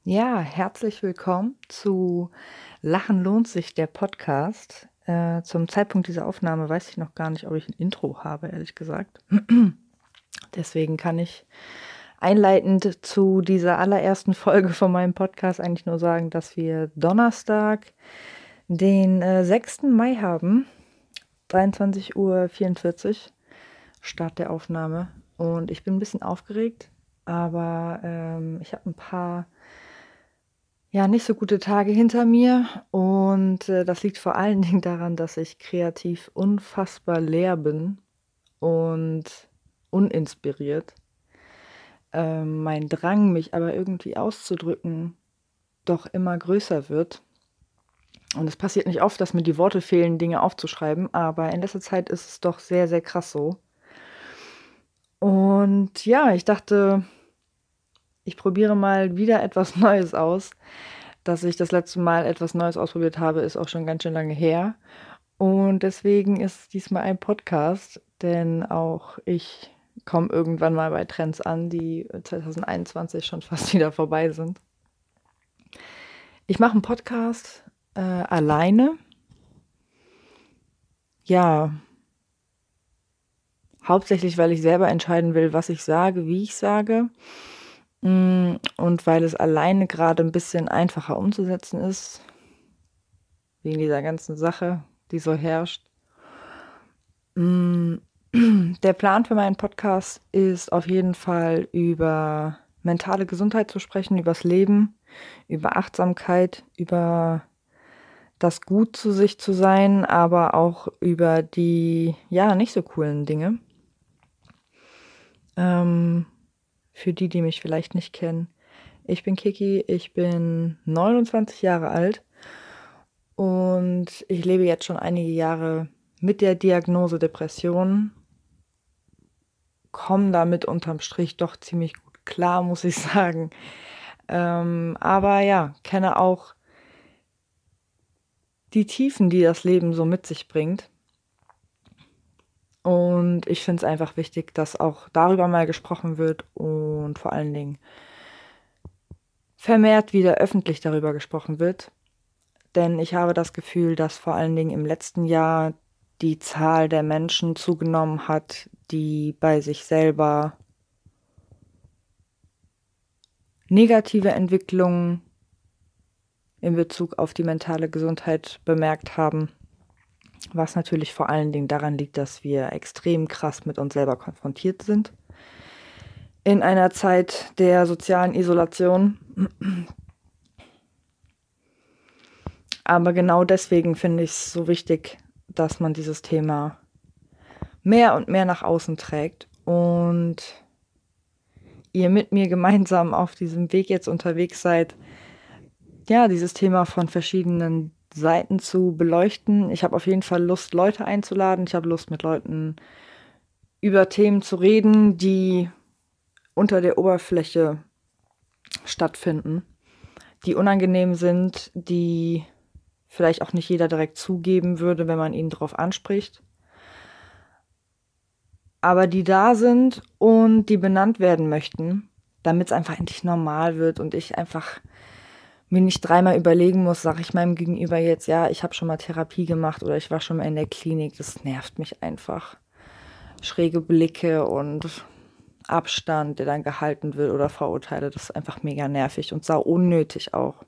Ja, herzlich willkommen zu Lachen lohnt sich, der Podcast. Zum Zeitpunkt dieser Aufnahme weiß ich noch gar nicht, ob ich ein Intro habe, ehrlich gesagt. Deswegen kann ich einleitend zu dieser allerersten Folge von meinem Podcast eigentlich nur sagen, dass wir Donnerstag, den 6. Mai haben, 23:44 Uhr, Start der Aufnahme. Und ich bin ein bisschen aufgeregt, aber ich habe ein paar nicht so gute Tage hinter mir und das liegt vor allen Dingen daran, dass ich kreativ unfassbar leer bin und uninspiriert. Mein Drang, mich aber irgendwie auszudrücken, doch immer größer wird. Und es passiert nicht oft, dass mir die Worte fehlen, Dinge aufzuschreiben, aber in letzter Zeit ist es doch sehr, sehr krass so. Und ja, ich dachte, ich probiere mal wieder etwas Neues aus. Dass ich das letzte Mal etwas Neues ausprobiert habe, ist auch schon ganz schön lange her. Und deswegen ist diesmal ein Podcast, denn auch ich komme irgendwann mal bei Trends an, die 2021 schon fast wieder vorbei sind. Ich mache einen Podcast alleine. Ja, hauptsächlich, weil ich selber entscheiden will, was ich sage, wie ich sage. Und weil es alleine gerade ein bisschen einfacher umzusetzen ist, wegen dieser ganzen Sache, die so herrscht. Der Plan für meinen Podcast ist auf jeden Fall über mentale Gesundheit zu sprechen, übers Leben, über Achtsamkeit, über das Gut zu sich zu sein, aber auch über die, ja, nicht so coolen Dinge. Für die, die mich vielleicht nicht kennen. Ich bin Kiki, ich bin 29 Jahre alt und ich lebe jetzt schon einige Jahre mit der Diagnose Depression. Komme damit unterm Strich doch ziemlich gut klar, muss ich sagen. Aber ja, kenne auch die Tiefen, die das Leben so mit sich bringt. Und ich finde es einfach wichtig, dass auch darüber mal gesprochen wird und vor allen Dingen vermehrt wieder öffentlich darüber gesprochen wird. Denn ich habe das Gefühl, dass vor allen Dingen im letzten Jahr die Zahl der Menschen zugenommen hat, die bei sich selber negative Entwicklungen in Bezug auf die mentale Gesundheit bemerkt haben, was natürlich vor allen Dingen daran liegt, dass wir extrem krass mit uns selber konfrontiert sind. In einer Zeit der sozialen Isolation. Aber genau deswegen finde ich es so wichtig, dass man dieses Thema mehr und mehr nach außen trägt und ihr mit mir gemeinsam auf diesem Weg jetzt unterwegs seid, ja, dieses Thema von verschiedenen Seiten zu beleuchten. Ich habe auf jeden Fall Lust, Leute einzuladen. Ich habe Lust, mit Leuten über Themen zu reden, die unter der Oberfläche stattfinden, die unangenehm sind, die vielleicht auch nicht jeder direkt zugeben würde, wenn man ihn darauf anspricht, aber die da sind und die benannt werden möchten, damit es einfach endlich normal wird und ich einfach mir nicht dreimal überlegen muss, sage ich meinem Gegenüber jetzt, ja, ich habe schon mal Therapie gemacht oder ich war schon mal in der Klinik. Das nervt mich einfach. Schräge Blicke und Abstand, der dann gehalten wird oder Vorurteile, das ist einfach mega nervig und sau unnötig auch.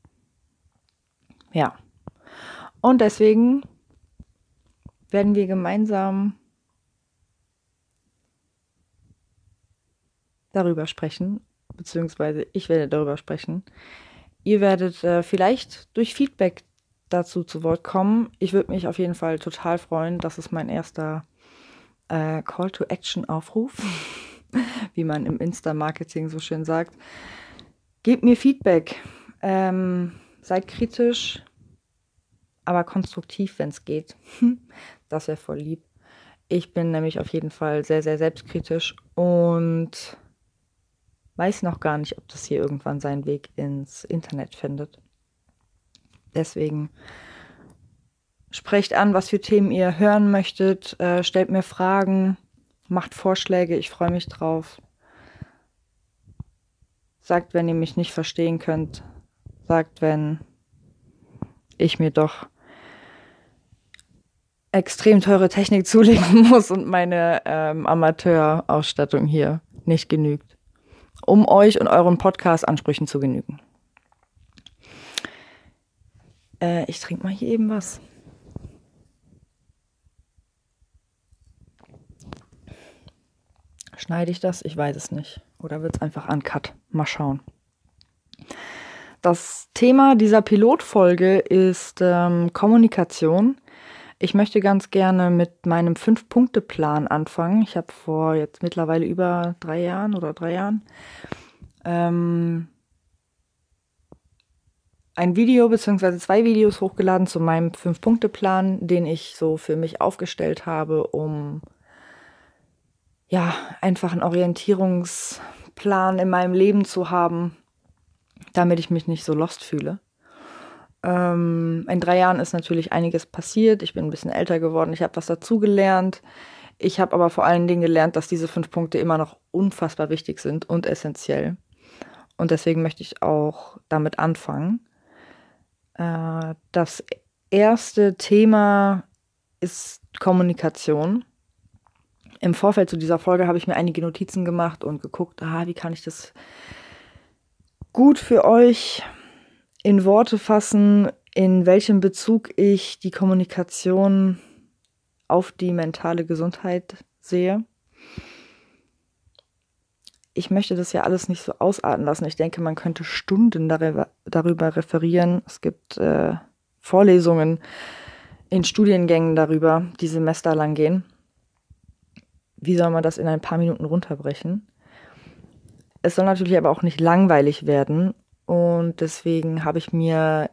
Ja. Und deswegen werden wir gemeinsam darüber sprechen, beziehungsweise ich werde darüber sprechen. Ihr werdet vielleicht durch Feedback dazu zu Wort kommen. Ich würde mich auf jeden Fall total freuen. Das ist mein erster Call-to-Action-Aufruf, wie man im Insta-Marketing so schön sagt. Gebt mir Feedback. Seid kritisch, aber konstruktiv, wenn es geht. Das wäre voll lieb. Ich bin nämlich auf jeden Fall sehr, sehr selbstkritisch und weiß noch gar nicht, ob das hier irgendwann seinen Weg ins Internet findet. Deswegen sprecht an, was für Themen ihr hören möchtet, stellt mir Fragen, macht Vorschläge, ich freue mich drauf. Sagt, wenn ihr mich nicht verstehen könnt. Sagt, wenn ich mir doch extrem teure Technik zulegen muss und meine Amateurausstattung hier nicht genügt, um euch und euren Podcast-Ansprüchen zu genügen. Ich trinke mal hier eben was. Schneide ich das? Ich weiß es nicht. Oder wird es einfach uncut? Mal schauen. Das Thema dieser Pilotfolge ist Kommunikation. Ich möchte ganz gerne mit meinem 5-Punkte-Plan anfangen. Ich habe vor jetzt mittlerweile über 3 Jahren ein Video bzw. 2 Videos hochgeladen zu meinem 5-Punkte-Plan, den ich so für mich aufgestellt habe, um ja einfach einen Orientierungsplan in meinem Leben zu haben, damit ich mich nicht so lost fühle. In 3 Jahren ist natürlich einiges passiert. Ich bin ein bisschen älter geworden. Ich habe was dazugelernt. Ich habe aber vor allen Dingen gelernt, dass diese 5 Punkte immer noch unfassbar wichtig sind und essentiell. Und deswegen möchte ich auch damit anfangen. Das erste Thema ist Kommunikation. Im Vorfeld zu dieser Folge habe ich mir einige Notizen gemacht und geguckt, wie kann ich das gut für euch in Worte fassen, in welchem Bezug ich die Kommunikation auf die mentale Gesundheit sehe. Ich möchte das ja alles nicht so ausarten lassen. Ich denke, man könnte Stunden darüber referieren. Es gibt Vorlesungen in Studiengängen darüber, die semesterlang gehen. Wie soll man das in ein paar Minuten runterbrechen? Es soll natürlich aber auch nicht langweilig werden. Und deswegen habe ich mir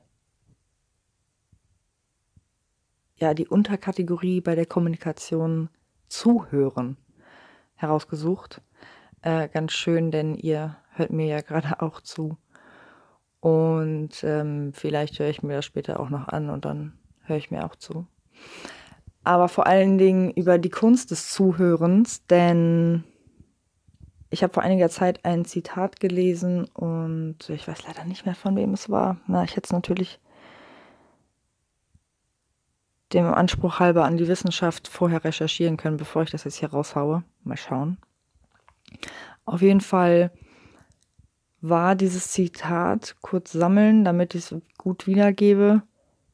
die Unterkategorie bei der Kommunikation Zuhören herausgesucht. Ganz schön, denn ihr hört mir ja gerade auch zu. Und vielleicht höre ich mir das später auch noch an und dann höre ich mir auch zu. Aber vor allen Dingen über die Kunst des Zuhörens, denn ich habe vor einiger Zeit ein Zitat gelesen und ich weiß leider nicht mehr, von wem es war. Ich hätte es natürlich dem Anspruch halber an die Wissenschaft vorher recherchieren können, bevor ich das jetzt hier raushaue. Mal schauen. Auf jeden Fall war dieses Zitat, kurz sammeln, damit ich es gut wiedergebe.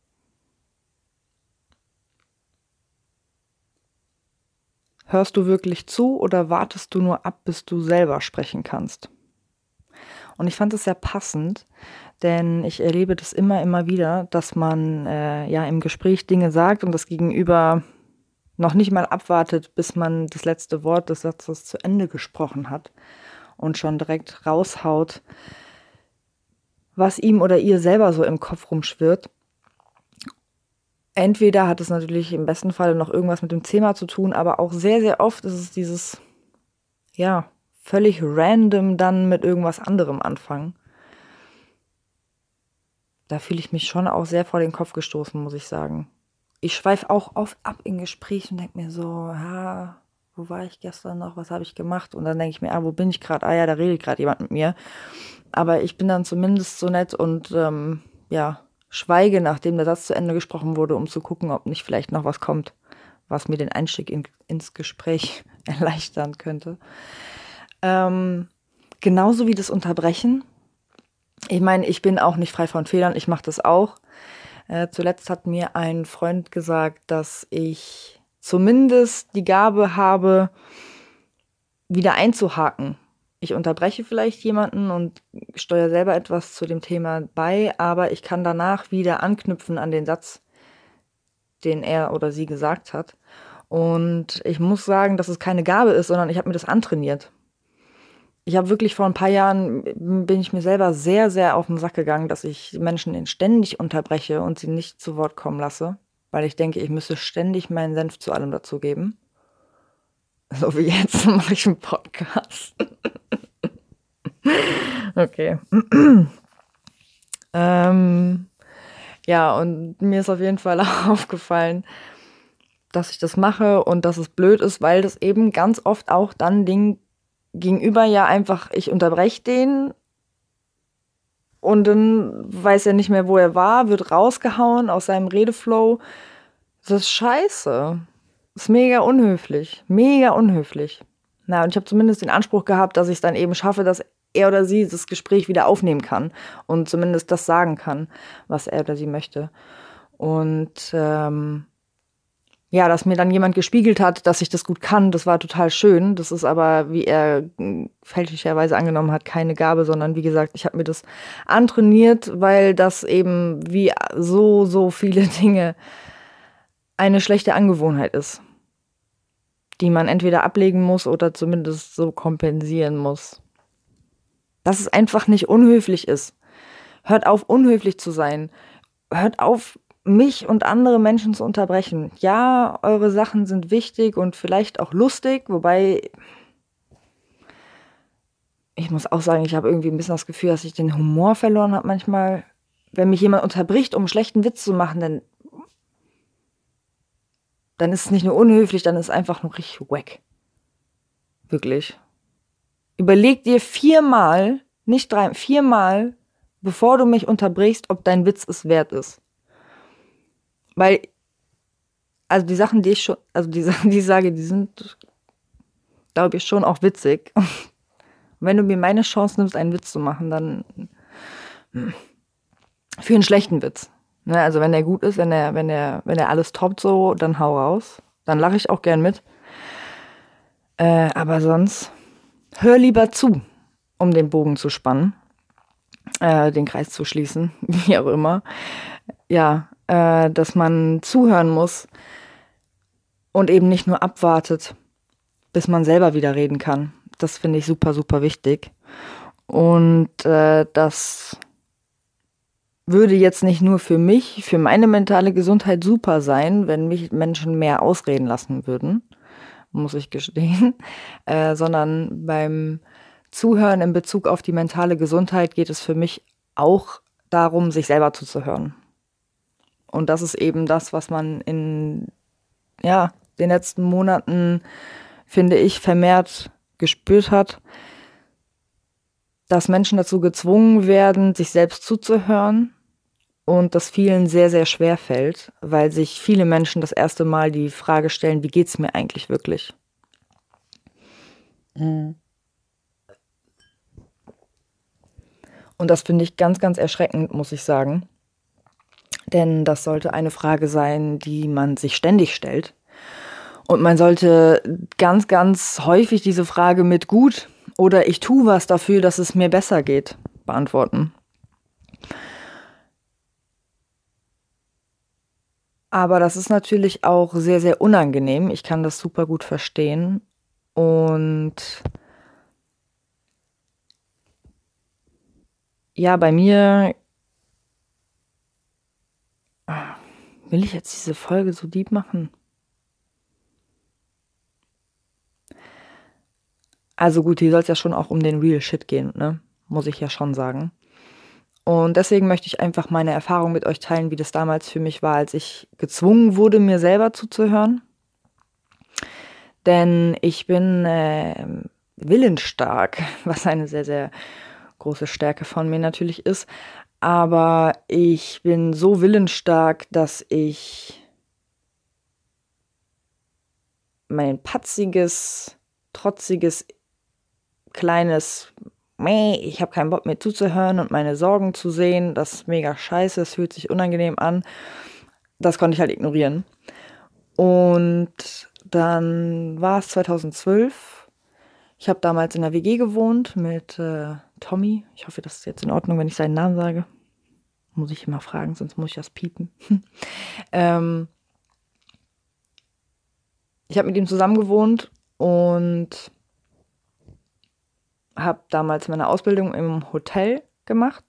Hörst du wirklich zu oder wartest du nur ab, bis du selber sprechen kannst? Und ich fand es sehr passend, denn ich erlebe das immer wieder, dass man im Gespräch Dinge sagt und das Gegenüber noch nicht mal abwartet, bis man das letzte Wort des Satzes zu Ende gesprochen hat und schon direkt raushaut, was ihm oder ihr selber so im Kopf rumschwirrt. Entweder hat es natürlich im besten Fall noch irgendwas mit dem Thema zu tun, aber auch sehr, sehr oft ist es dieses, völlig random dann mit irgendwas anderem anfangen. Da fühle ich mich schon auch sehr vor den Kopf gestoßen, muss ich sagen. Ich schweife auch oft ab in Gesprächen und denke mir so, wo war ich gestern noch, was habe ich gemacht? Und dann denke ich mir, wo bin ich gerade? Da redet gerade jemand mit mir. Aber ich bin dann zumindest so nett und schweige, nachdem der Satz zu Ende gesprochen wurde, um zu gucken, ob nicht vielleicht noch was kommt, was mir den Einstieg ins Gespräch erleichtern könnte. Genauso wie das Unterbrechen. Ich meine, ich bin auch nicht frei von Fehlern, ich mache das auch. Zuletzt hat mir ein Freund gesagt, dass ich zumindest die Gabe habe, wieder einzuhaken. Ich unterbreche vielleicht jemanden und steuere selber etwas zu dem Thema bei, aber ich kann danach wieder anknüpfen an den Satz, den er oder sie gesagt hat. Und ich muss sagen, dass es keine Gabe ist, sondern ich habe mir das antrainiert. Ich habe wirklich vor ein paar Jahren, bin ich mir selber sehr, sehr auf den Sack gegangen, dass ich Menschen ständig unterbreche und sie nicht zu Wort kommen lasse, weil ich denke, ich müsste ständig meinen Senf zu allem dazugeben. So wie jetzt mache ich einen Podcast. Okay. Und mir ist auf jeden Fall auch aufgefallen, dass ich das mache und dass es blöd ist, weil das eben ganz oft auch dann Gegenüber einfach, ich unterbreche den und dann weiß er nicht mehr, wo er war, wird rausgehauen aus seinem Redeflow. Das ist scheiße. Das ist mega unhöflich. Mega unhöflich. Na, und ich habe zumindest den Anspruch gehabt, dass ich es dann eben schaffe, dass er oder sie das Gespräch wieder aufnehmen kann und zumindest das sagen kann, was er oder sie möchte. Und ja, dass mir dann jemand gespiegelt hat, dass ich das gut kann, das war total schön. Das ist aber, wie er fälschlicherweise angenommen hat, keine Gabe, sondern wie gesagt, ich habe mir das antrainiert, weil das eben wie so viele Dinge eine schlechte Angewohnheit ist, die man entweder ablegen muss oder zumindest so kompensieren muss. Dass es einfach nicht unhöflich ist. Hört auf, unhöflich zu sein. Hört auf, mich und andere Menschen zu unterbrechen. Ja, eure Sachen sind wichtig und vielleicht auch lustig, wobei ich muss auch sagen, ich habe irgendwie ein bisschen das Gefühl, dass ich den Humor verloren habe manchmal. Wenn mich jemand unterbricht, um einen schlechten Witz zu machen, dann ist es nicht nur unhöflich, dann ist es einfach nur richtig wack. Wirklich. Überleg dir viermal, nicht drei, viermal, bevor du mich unterbrichst, ob dein Witz es wert ist. Weil, also die Sachen, die ich sage, die sind, glaube ich, schon auch witzig. Und wenn du mir meine Chance nimmst, einen Witz zu machen, dann für einen schlechten Witz. Ne, also wenn der gut ist, wenn er alles toppt so, dann hau raus. Dann lache ich auch gern mit. Aber sonst hör lieber zu, um den Bogen zu spannen, den Kreis zu schließen, wie auch immer. Ja, dass man zuhören muss und eben nicht nur abwartet, bis man selber wieder reden kann. Das finde ich super, super wichtig. Und das würde jetzt nicht nur für mich, für meine mentale Gesundheit super sein, wenn mich Menschen mehr ausreden lassen würden, muss ich gestehen, sondern beim Zuhören in Bezug auf die mentale Gesundheit geht es für mich auch darum, sich selber zuzuhören. Und das ist eben das, was man in den letzten Monaten, finde ich, vermehrt gespürt hat, dass Menschen dazu gezwungen werden, sich selbst zuzuhören und das vielen sehr, sehr schwer fällt, weil sich viele Menschen das erste Mal die Frage stellen, wie geht's mir eigentlich wirklich? Und das finde ich ganz, ganz erschreckend, muss ich sagen. Denn das sollte eine Frage sein, die man sich ständig stellt. Und man sollte ganz, ganz häufig diese Frage mit gut oder ich tue was dafür, dass es mir besser geht, beantworten. Aber das ist natürlich auch sehr, sehr unangenehm. Ich kann das super gut verstehen. Und ja, bei mir will ich jetzt diese Folge so deep machen? Also gut, hier soll es ja schon auch um den Real Shit gehen, ne? Muss ich ja schon sagen. Und deswegen möchte ich einfach meine Erfahrung mit euch teilen, wie das damals für mich war, als ich gezwungen wurde, mir selber zuzuhören. Denn ich bin willensstark, was eine sehr, sehr große Stärke von mir natürlich ist. Aber ich bin so willensstark, dass ich mein patziges, trotziges, kleines ich habe keinen Bock mehr zuzuhören und meine Sorgen zu sehen, das ist mega scheiße, es fühlt sich unangenehm an. Das konnte ich halt ignorieren. Und dann war es 2012. Ich habe damals in der WG gewohnt mit Tommy. Ich hoffe, das ist jetzt in Ordnung, wenn ich seinen Namen sage. Muss ich immer fragen, sonst muss ich das piepen. Ich habe mit ihm zusammen gewohnt und habe damals meine Ausbildung im Hotel gemacht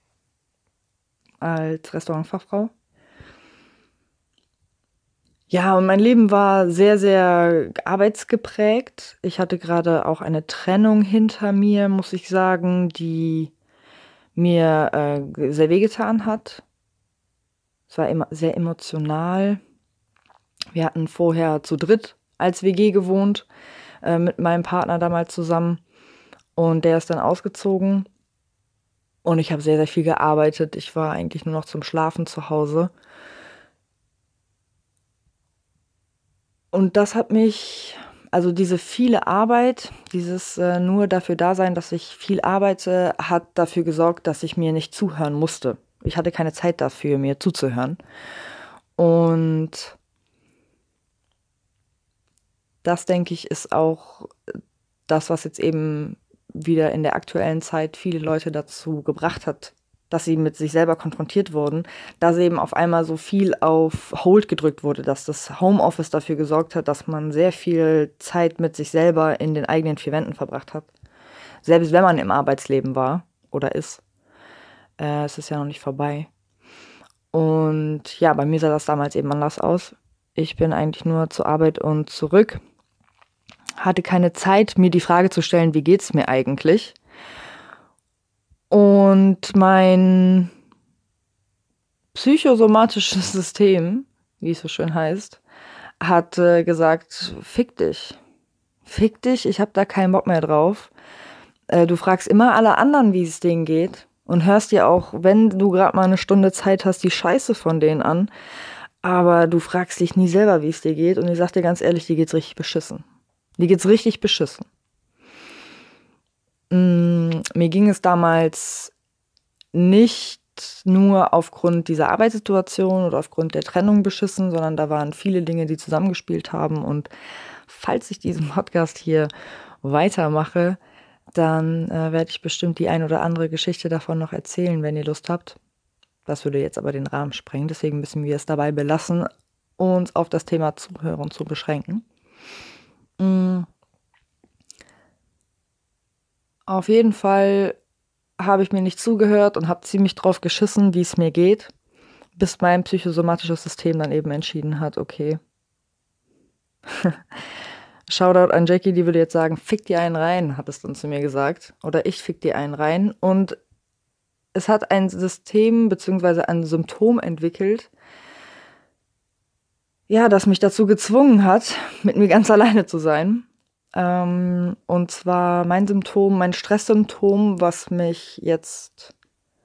als Restaurantfachfrau. Ja, und mein Leben war sehr, sehr arbeitsgeprägt. Ich hatte gerade auch eine Trennung hinter mir, muss ich sagen, die mir sehr wehgetan hat. Es war immer sehr emotional. Wir hatten vorher zu dritt als WG gewohnt, mit meinem Partner damals zusammen. Und der ist dann ausgezogen. Und ich habe sehr, sehr viel gearbeitet. Ich war eigentlich nur noch zum Schlafen zu Hause. Und das hat mich, also diese viele Arbeit, dieses nur dafür da sein, dass ich viel arbeite, hat dafür gesorgt, dass ich mir nicht zuhören musste. Ich hatte keine Zeit dafür, mir zuzuhören. Und das, denke ich, ist auch das, was jetzt eben wieder in der aktuellen Zeit viele Leute dazu gebracht hat, dass sie mit sich selber konfrontiert wurden, dass eben auf einmal so viel auf Hold gedrückt wurde, dass das Homeoffice dafür gesorgt hat, dass man sehr viel Zeit mit sich selber in den eigenen vier Wänden verbracht hat. Selbst wenn man im Arbeitsleben war oder ist. Es ist ja noch nicht vorbei. Und ja, bei mir sah das damals eben anders aus. Ich bin eigentlich nur zur Arbeit und zurück. Hatte keine Zeit, mir die Frage zu stellen, wie geht's mir eigentlich? Und mein psychosomatisches System, wie es so schön heißt, hat gesagt, fick dich. Fick dich, ich hab da keinen Bock mehr drauf. Du fragst immer alle anderen, wie es denen geht. Und hörst dir auch, wenn du gerade mal eine Stunde Zeit hast, die Scheiße von denen an. Aber du fragst dich nie selber, wie es dir geht. Und ich sag dir ganz ehrlich, dir geht's richtig beschissen. Dir geht's richtig beschissen. Mir ging es damals nicht nur aufgrund dieser Arbeitssituation oder aufgrund der Trennung beschissen, sondern da waren viele Dinge, die zusammengespielt haben. Und falls ich diesen Podcast hier weitermache, dann werde ich bestimmt die ein oder andere Geschichte davon noch erzählen, wenn ihr Lust habt. Das würde jetzt aber den Rahmen sprengen, deswegen müssen wir es dabei belassen, uns auf das Thema Zuhören zu beschränken. Auf jeden Fall habe ich mir nicht zugehört und habe ziemlich drauf geschissen, wie es mir geht, bis mein psychosomatisches System dann eben entschieden hat, okay. Shoutout an Jackie, die würde jetzt sagen, fick dir einen rein, hat es dann zu mir gesagt. Oder ich fick dir einen rein. Und es hat ein System bzw. ein Symptom entwickelt, ja, das mich dazu gezwungen hat, mit mir ganz alleine zu sein. Und zwar mein Symptom, mein Stresssymptom, was mich jetzt,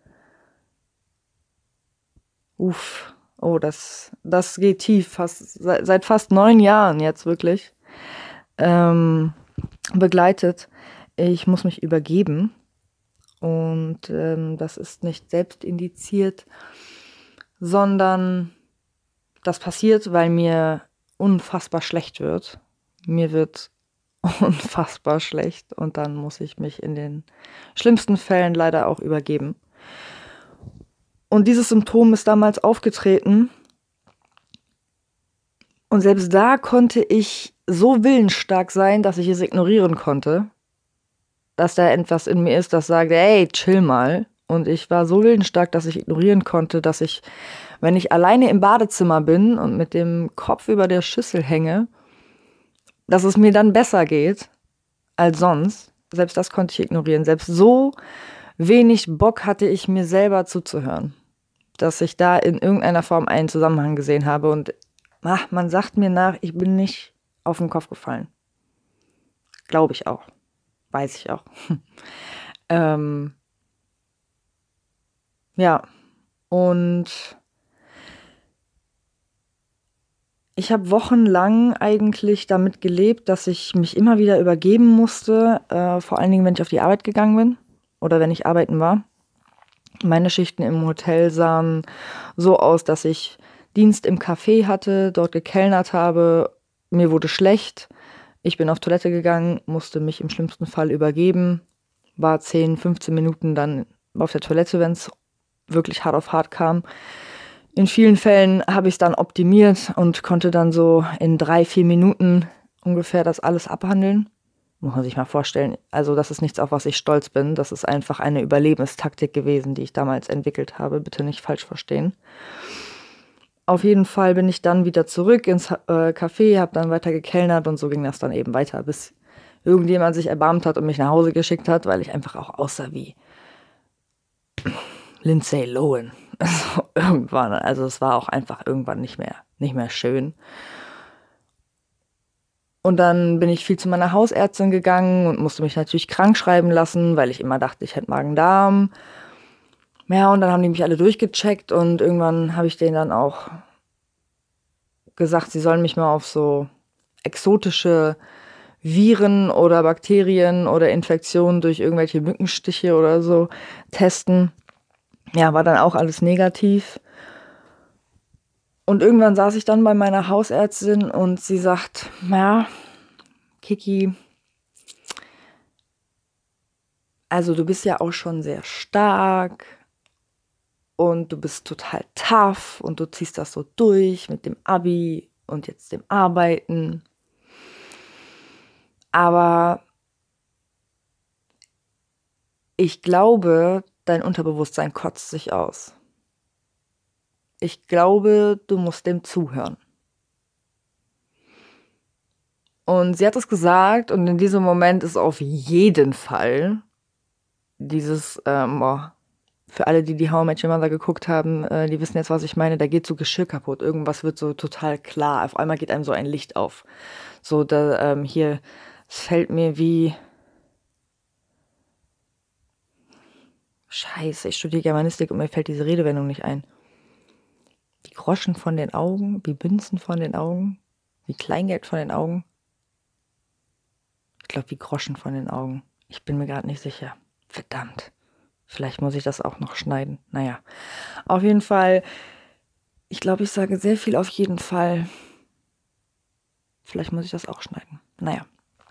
das geht tief, seit fast 9 Jahren jetzt wirklich, begleitet. Ich muss mich übergeben. Und das ist nicht selbst indiziert, sondern das passiert, weil mir unfassbar schlecht wird. Mir wird unfassbar schlecht und dann muss ich mich in den schlimmsten Fällen leider auch übergeben. Und dieses Symptom ist damals aufgetreten und selbst da konnte ich so willensstark sein, dass ich es ignorieren konnte, dass da etwas in mir ist, das sagt, ey, chill mal. Und ich war so willensstark, dass ich ignorieren konnte, dass ich, wenn ich alleine im Badezimmer bin und mit dem Kopf über der Schüssel hänge, dass es mir dann besser geht als sonst. Selbst das konnte ich ignorieren. Selbst so wenig Bock hatte ich, mir selber zuzuhören, dass ich da in irgendeiner Form einen Zusammenhang gesehen habe. Und man sagt mir nach, ich bin nicht auf den Kopf gefallen. Glaube ich auch. Weiß ich auch. Ja, und ich habe wochenlang eigentlich damit gelebt, dass ich mich immer wieder übergeben musste, vor allen Dingen, wenn ich auf die Arbeit gegangen bin oder wenn ich arbeiten war. Meine Schichten im Hotel sahen so aus, dass ich Dienst im Café hatte, dort gekellnert habe, mir wurde schlecht, ich bin auf Toilette gegangen, musste mich im schlimmsten Fall übergeben, war 10, 15 Minuten dann auf der Toilette, wenn es wirklich hart auf hart kam. In vielen Fällen habe ich es dann optimiert und konnte dann so in 3, 4 Minuten ungefähr das alles abhandeln. Muss man sich mal vorstellen. Also das ist nichts, auf was ich stolz bin. Das ist einfach eine Überlebenstaktik gewesen, die ich damals entwickelt habe. Bitte nicht falsch verstehen. Auf jeden Fall bin ich dann wieder zurück ins Café, habe dann weiter gekellnert und so ging das dann eben weiter, bis irgendjemand sich erbarmt hat und mich nach Hause geschickt hat, weil ich einfach auch aussah wie Lindsay Lohan. Also irgendwann, also es war auch einfach irgendwann nicht mehr schön. Und dann bin ich viel zu meiner Hausärztin gegangen und musste mich natürlich krank schreiben lassen, weil ich immer dachte, ich hätte Magen-Darm. Ja, und dann haben die mich alle durchgecheckt und irgendwann habe ich denen dann auch gesagt, sie sollen mich mal auf so exotische Viren oder Bakterien oder Infektionen durch irgendwelche Mückenstiche oder so testen. Ja, war dann auch alles negativ. Und irgendwann saß ich dann bei meiner Hausärztin und sie sagt, ja, Kiki, also du bist ja auch schon sehr stark und du bist total tough und du ziehst das so durch mit dem Abi und jetzt dem Arbeiten. Aber ich glaube, dein Unterbewusstsein kotzt sich aus. Ich glaube, du musst dem zuhören. Und sie hat es gesagt und in diesem Moment ist auf jeden Fall dieses, für alle, die How I Met Your Mother geguckt haben, die wissen jetzt, was ich meine, da geht so Geschirr kaputt. Irgendwas wird so total klar. Auf einmal geht einem so ein Licht auf. So, da, hier, es fällt mir wie... Scheiße, ich studiere Germanistik und mir fällt diese Redewendung nicht ein. Wie Groschen von den Augen, wie Münzen von den Augen, wie Kleingeld von den Augen. Ich glaube, wie Groschen von den Augen. Ich bin mir gerade nicht sicher. Verdammt. Vielleicht muss ich das auch noch schneiden. Naja, auf jeden Fall. Ich glaube, ich sage sehr viel auf jeden Fall. Vielleicht muss ich das auch schneiden. Naja.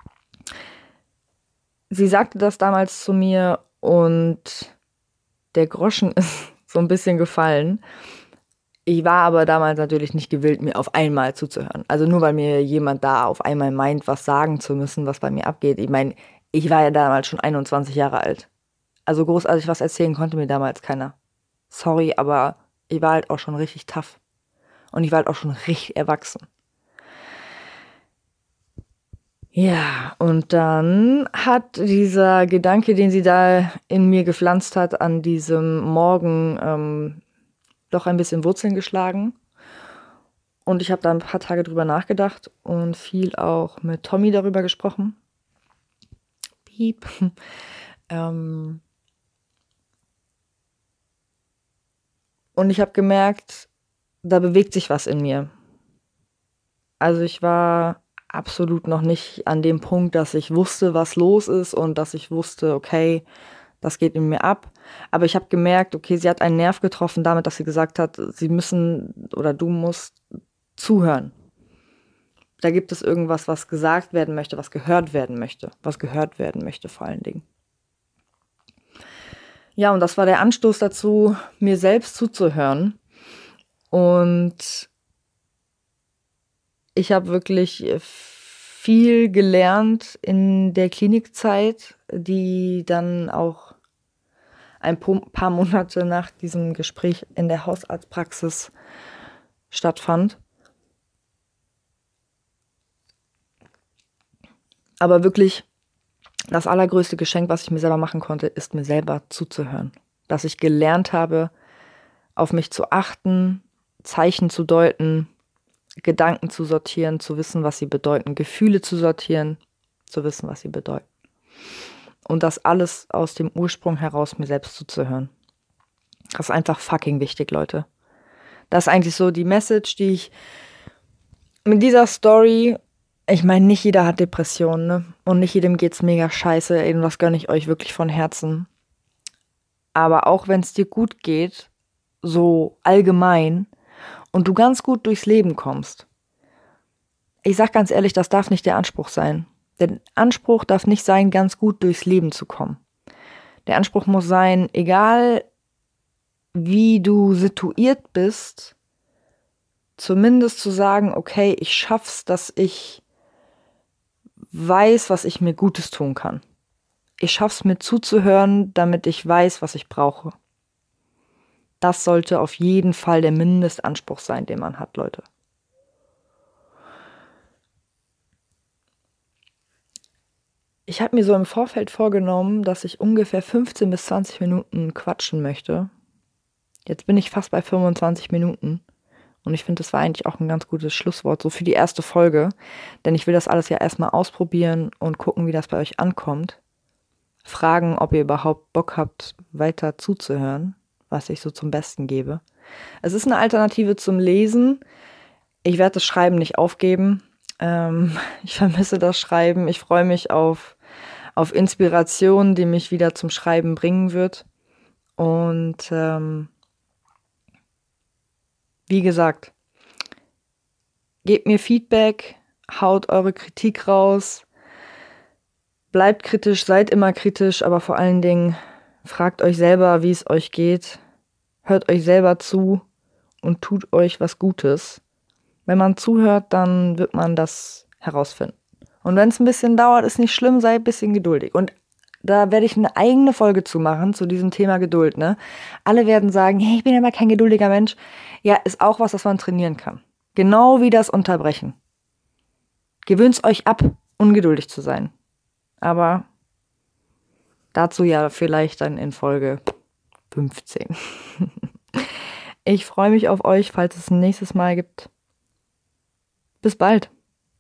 Sie sagte das damals zu mir und der Groschen ist so ein bisschen gefallen. Ich war aber damals natürlich nicht gewillt, mir auf einmal zuzuhören. Also nur weil mir jemand da auf einmal meint, was sagen zu müssen, was bei mir abgeht. Ich meine, ich war ja damals schon 21 Jahre alt. Also großartig was erzählen konnte mir damals keiner. Sorry, aber ich war halt auch schon richtig tough. Und ich war halt auch schon richtig erwachsen. Ja, und dann hat dieser Gedanke, den sie da in mir gepflanzt hat, an diesem Morgen doch ein bisschen Wurzeln geschlagen. Und ich habe da ein paar Tage drüber nachgedacht und viel auch mit Tommy darüber gesprochen. Piep. Und ich habe gemerkt, da bewegt sich was in mir. Also ich war absolut noch nicht an dem Punkt, dass ich wusste, was los ist und dass ich wusste, okay, das geht in mir ab. Aber ich habe gemerkt, okay, sie hat einen Nerv getroffen damit, dass sie gesagt hat, sie müssen oder du musst zuhören. Da gibt es irgendwas, was gesagt werden möchte, was gehört werden möchte vor allen Dingen. Ja, und das war der Anstoß dazu, mir selbst zuzuhören. Und ich habe wirklich viel gelernt in der Klinikzeit, die dann auch ein paar Monate nach diesem Gespräch in der Hausarztpraxis stattfand. Aber wirklich das allergrößte Geschenk, was ich mir selber machen konnte, ist mir selber zuzuhören. Dass ich gelernt habe, auf mich zu achten, Zeichen zu deuten, Gedanken zu sortieren, zu wissen, was sie bedeuten, Gefühle zu sortieren, zu wissen, was sie bedeuten. Und das alles aus dem Ursprung heraus, mir selbst zuzuhören. Das ist einfach fucking wichtig, Leute. Das ist eigentlich so die Message, die ich mit dieser Story, ich meine, nicht jeder hat Depressionen, ne? Und nicht jedem geht's mega scheiße, und das gönne ich euch wirklich von Herzen. Aber auch wenn es dir gut geht, so allgemein, und du ganz gut durchs Leben kommst, ich sag ganz ehrlich, das darf nicht der Anspruch sein. Der Anspruch darf nicht sein, ganz gut durchs Leben zu kommen. Der Anspruch muss sein, egal wie du situiert bist, zumindest zu sagen, okay, ich schaff's, dass ich weiß, was ich mir Gutes tun kann. Ich schaff's, mir zuzuhören, damit ich weiß, was ich brauche. Das sollte auf jeden Fall der Mindestanspruch sein, den man hat, Leute. Ich habe mir so im Vorfeld vorgenommen, dass ich ungefähr 15 bis 20 Minuten quatschen möchte. Jetzt bin ich fast bei 25 Minuten. Und ich finde, das war eigentlich auch ein ganz gutes Schlusswort, so für die erste Folge. Denn ich will das alles ja erstmal ausprobieren und gucken, wie das bei euch ankommt. Fragen, ob ihr überhaupt Bock habt, weiter zuzuhören. was ich so zum Besten gebe. Es ist eine Alternative zum Lesen. Ich werde das Schreiben nicht aufgeben. Ich vermisse das Schreiben. Ich freue mich auf Inspiration, die mich wieder zum Schreiben bringen wird. Und wie gesagt, gebt mir Feedback, haut eure Kritik raus, bleibt kritisch, seid immer kritisch, aber vor allen Dingen fragt euch selber, wie es euch geht, hört euch selber zu und tut euch was Gutes. Wenn man zuhört, dann wird man das herausfinden. Und wenn es ein bisschen dauert, ist nicht schlimm, seid ein bisschen geduldig. Und da werde ich eine eigene Folge zu machen, zu diesem Thema Geduld, ne? Alle werden sagen, hey, ich bin aber kein geduldiger Mensch. Ja, ist auch was man trainieren kann. Genau wie das Unterbrechen. Gewöhnt's euch ab, ungeduldig zu sein. Aber dazu ja vielleicht dann in Folge 15. Ich freue mich auf euch, falls es ein nächstes Mal gibt. Bis bald.